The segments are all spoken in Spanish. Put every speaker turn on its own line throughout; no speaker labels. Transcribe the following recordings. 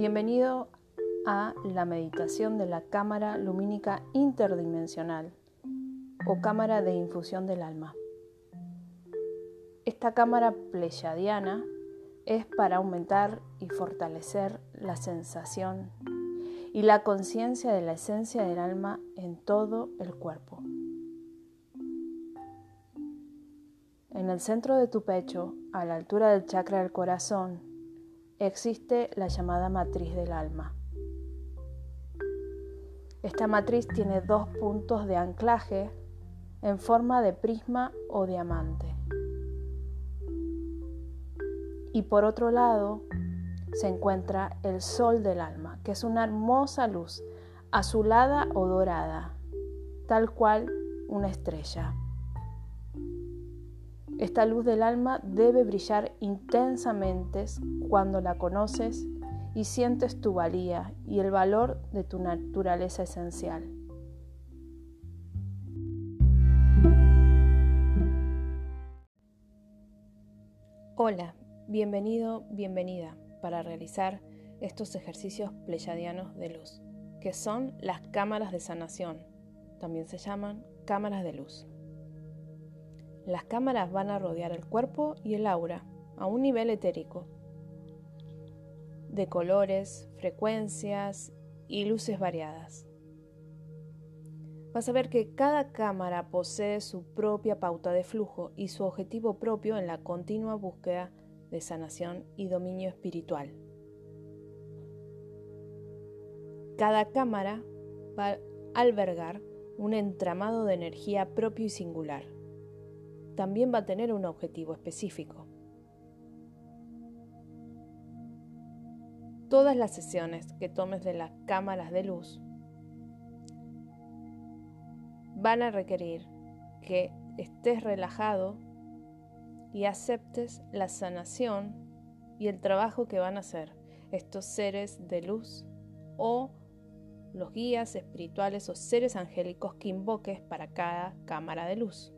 Bienvenido a la meditación de la cámara lumínica interdimensional o cámara de infusión del alma. Esta cámara pleyadiana es para aumentar y fortalecer la sensación y la conciencia de la esencia del alma en todo el cuerpo. En el centro de tu pecho, a la altura del chakra del corazón, existe la llamada matriz del alma. Esta matriz tiene dos puntos de anclaje en forma de prisma o diamante. Y por otro lado se encuentra el sol del alma, que es una hermosa luz, azulada o dorada, tal cual una estrella. Esta luz del alma debe brillar intensamente cuando la conoces y sientes tu valía y el valor de tu naturaleza esencial. Hola, bienvenido, bienvenida para realizar estos ejercicios pleyadianos de luz, que son las cámaras de sanación, también se llaman cámaras de luz. Las cámaras van a rodear el cuerpo y el aura a un nivel etérico, de colores, frecuencias y luces variadas. Vas a ver que cada cámara posee su propia pauta de flujo y su objetivo propio en la continua búsqueda de sanación y dominio espiritual. Cada cámara va a albergar un entramado de energía propio y singular. También va a tener un objetivo específico. Todas las sesiones que tomes de las cámaras de luz van a requerir que estés relajado y aceptes la sanación y el trabajo que van a hacer estos seres de luz o los guías espirituales o seres angélicos que invoques para cada cámara de luz.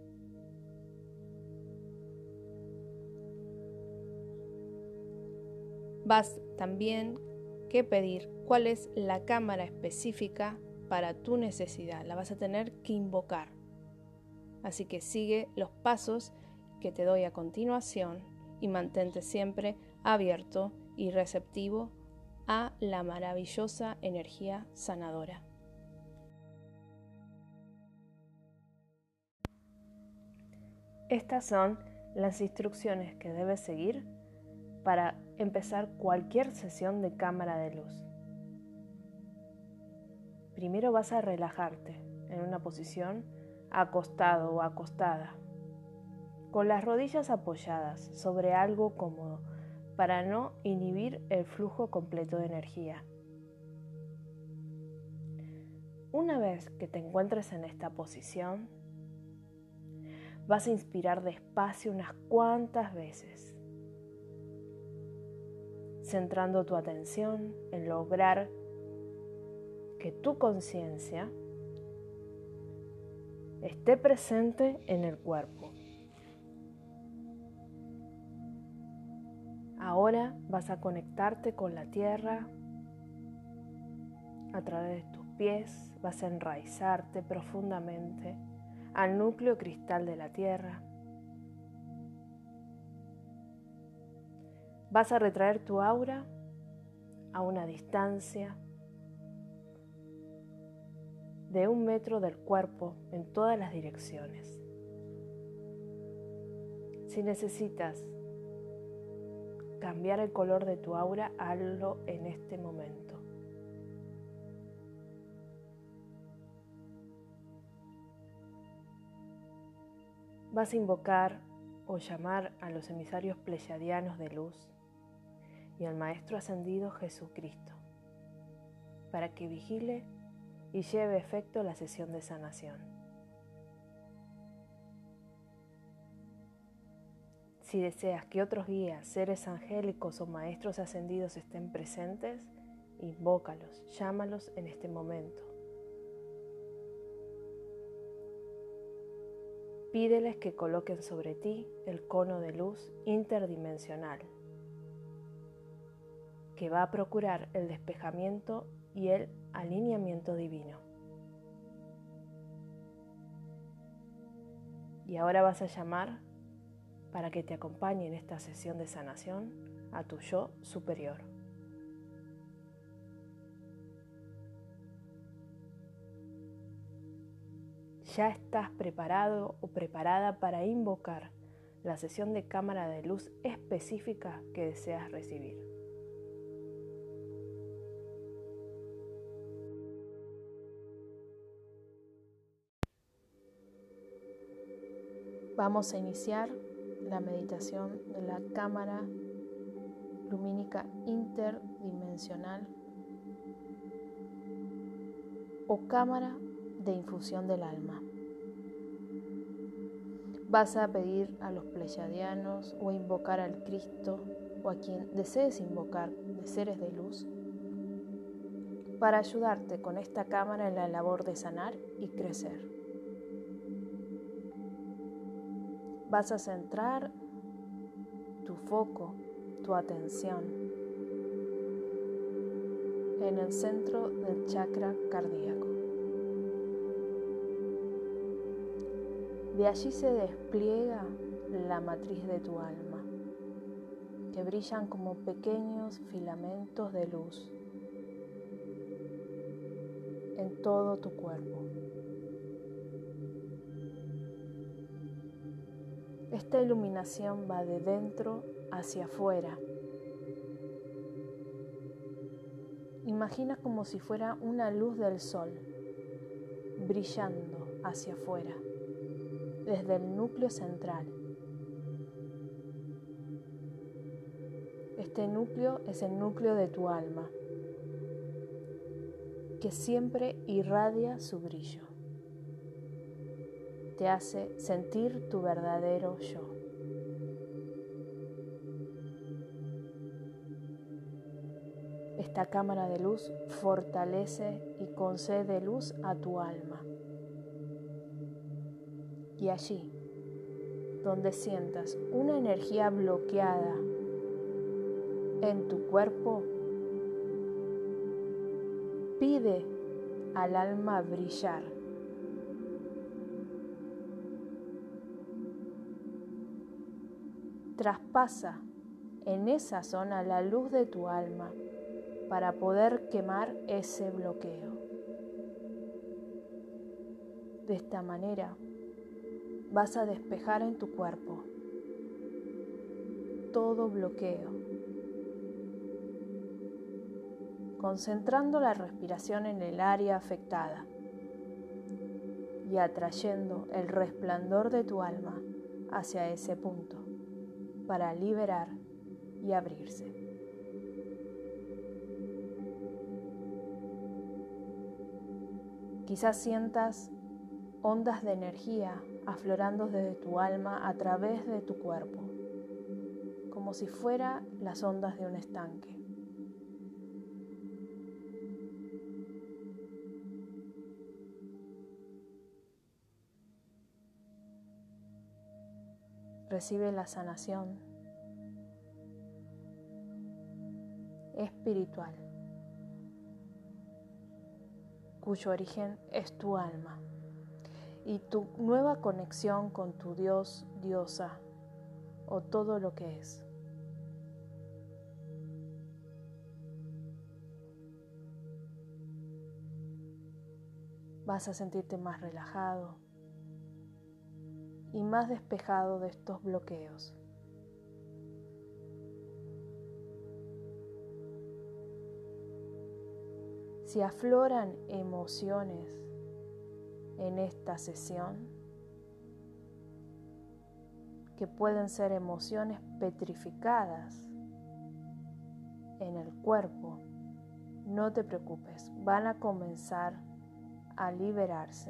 Vas también que pedir cuál es la cámara específica para tu necesidad. La vas a tener que invocar. Así que sigue los pasos que te doy a continuación y mantente siempre abierto y receptivo a la maravillosa energía sanadora. Estas son las instrucciones que debes seguir para empezar cualquier sesión de cámara de luz. Primero vas a relajarte en una posición acostado o acostada, con las rodillas apoyadas sobre algo cómodo para no inhibir el flujo completo de energía. Una vez que te encuentres en esta posición, vas a inspirar despacio unas cuantas veces, centrando tu atención en lograr que tu conciencia esté presente en el cuerpo. Ahora vas a conectarte con la tierra a través de tus pies, vas a enraizarte profundamente al núcleo cristal de la tierra. Vas a retraer tu aura a una distancia de 1 metro del cuerpo en todas las direcciones. Si necesitas cambiar el color de tu aura, hazlo en este momento. Vas a invocar o llamar a los emisarios pleyadianos de luz y al Maestro Ascendido Jesucristo para que vigile y lleve a efecto la sesión de sanación. Si deseas que otros guías, seres angélicos o maestros ascendidos estén presentes, invócalos, llámalos en este momento. Pídeles que coloquen sobre ti el cono de luz interdimensional. que va a procurar el despejamiento y el alineamiento divino. Y ahora vas a llamar para que te acompañe en esta sesión de sanación a tu yo superior. Ya estás preparado o preparada para invocar la sesión de cámara de luz específica que deseas recibir. Vamos a iniciar la meditación de la cámara lumínica interdimensional o cámara de infusión del alma. Vas a pedir a los pleyadianos o invocar al Cristo o a quien desees invocar de seres de luz para ayudarte con esta cámara en la labor de sanar y crecer. Vas a centrar tu foco, tu atención en el centro del chakra cardíaco. De allí se despliega la matriz de tu alma, que brillan como pequeños filamentos de luz en todo tu cuerpo. Esta iluminación va de dentro hacia afuera. Imagina como si fuera una luz del sol brillando hacia afuera, desde el núcleo central. Este núcleo es el núcleo de tu alma, que siempre irradia su brillo. Te hace sentir tu verdadero yo. Esta cámara de luz fortalece y concede luz a tu alma. Y allí, donde sientas una energía bloqueada en tu cuerpo, pide al alma brillar. Traspasa en esa zona la luz de tu alma para poder quemar ese bloqueo. De esta manera vas a despejar en tu cuerpo todo bloqueo, concentrando la respiración en el área afectada y atrayendo el resplandor de tu alma hacia ese punto para liberar y abrirse. Quizás sientas ondas de energía aflorando desde tu alma a través de tu cuerpo, como si fueran las ondas de un estanque. Recibe la sanación espiritual, cuyo origen es tu alma y tu nueva conexión con tu Dios, diosa o todo lo que es. Vas a sentirte más relajado y más despejado de estos bloqueos. Si afloran emociones en esta sesión, que pueden ser emociones petrificadas en el cuerpo, no te preocupes, van a comenzar a liberarse.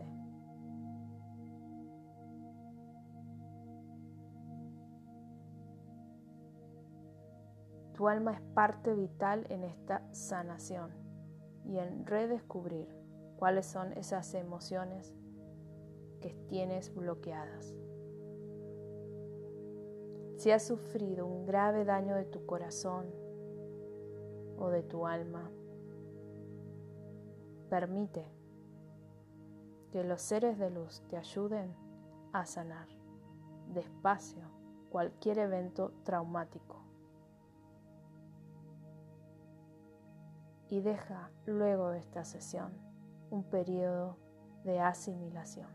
Tu alma es parte vital en esta sanación y en redescubrir cuáles son esas emociones que tienes bloqueadas. Si has sufrido un grave daño de tu corazón, o de tu alma. Permite que los seres de luz te ayuden a sanar despacio cualquier evento traumático. Y deja luego de esta sesión un periodo de asimilación.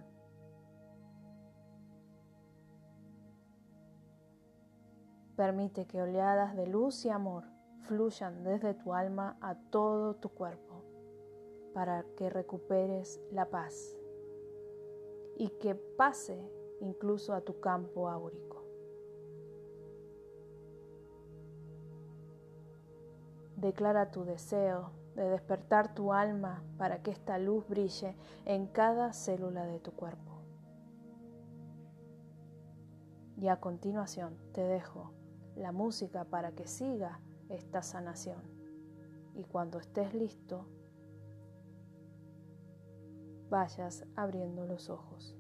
Permite que oleadas de luz y amor fluyan desde tu alma a todo tu cuerpo para que recuperes la paz y que pase incluso a tu campo áurico. Declara tu deseo de despertar tu alma para que esta luz brille en cada célula de tu cuerpo. Y a continuación te dejo la música para que siga esta sanación. Y cuando estés listo, vayas abriendo los ojos.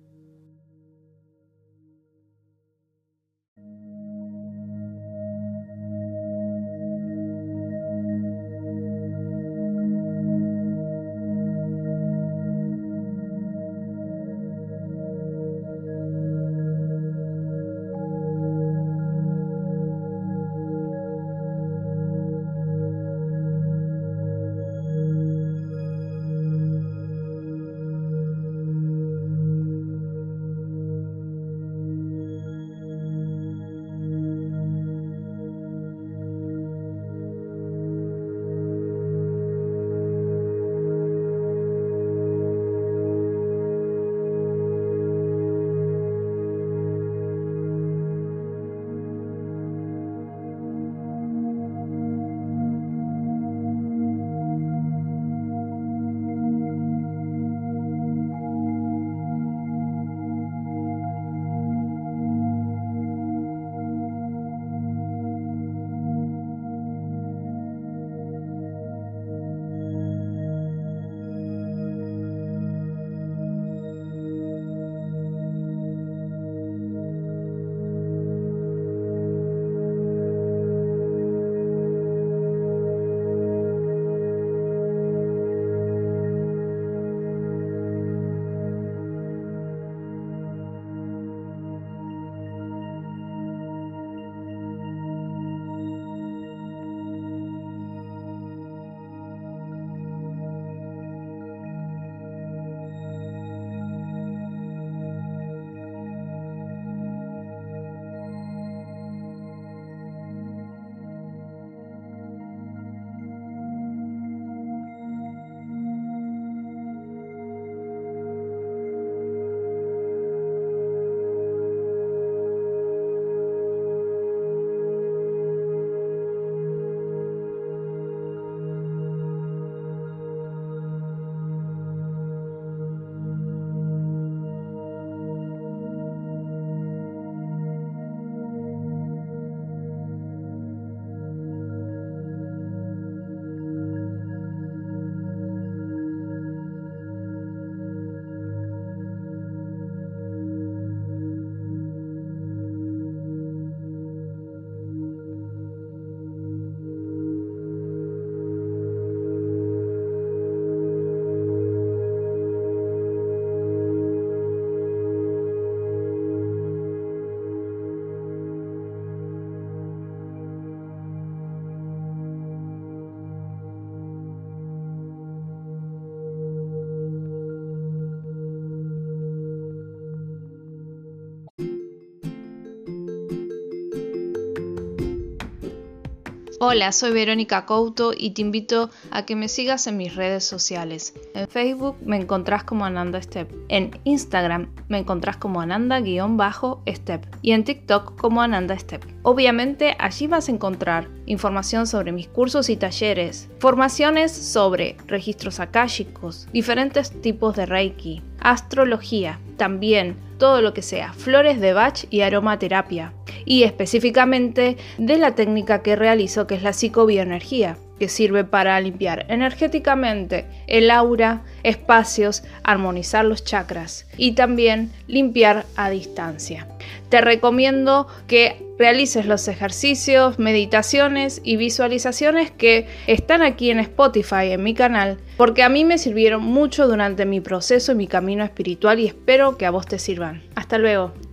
Hola, soy Verónica Couto y te invito a que me sigas en mis redes sociales. En Facebook me encontrás como Ananda Step, en Instagram me encontrás como Ananda_Step y en TikTok como Ananda Step. Obviamente allí vas a encontrar información sobre mis cursos y talleres, formaciones sobre registros akáshicos, diferentes tipos de Reiki, astrología, también todo lo que sea flores de Bach y aromaterapia, y específicamente de la técnica que realizo, que es la psicobioenergía. que sirve para limpiar energéticamente el aura, espacios, armonizar los chakras y también limpiar a distancia. Te recomiendo que realices los ejercicios, meditaciones y visualizaciones que están aquí en Spotify, en mi canal, porque a mí me sirvieron mucho durante mi proceso y mi camino espiritual y espero que a vos te sirvan. Hasta luego.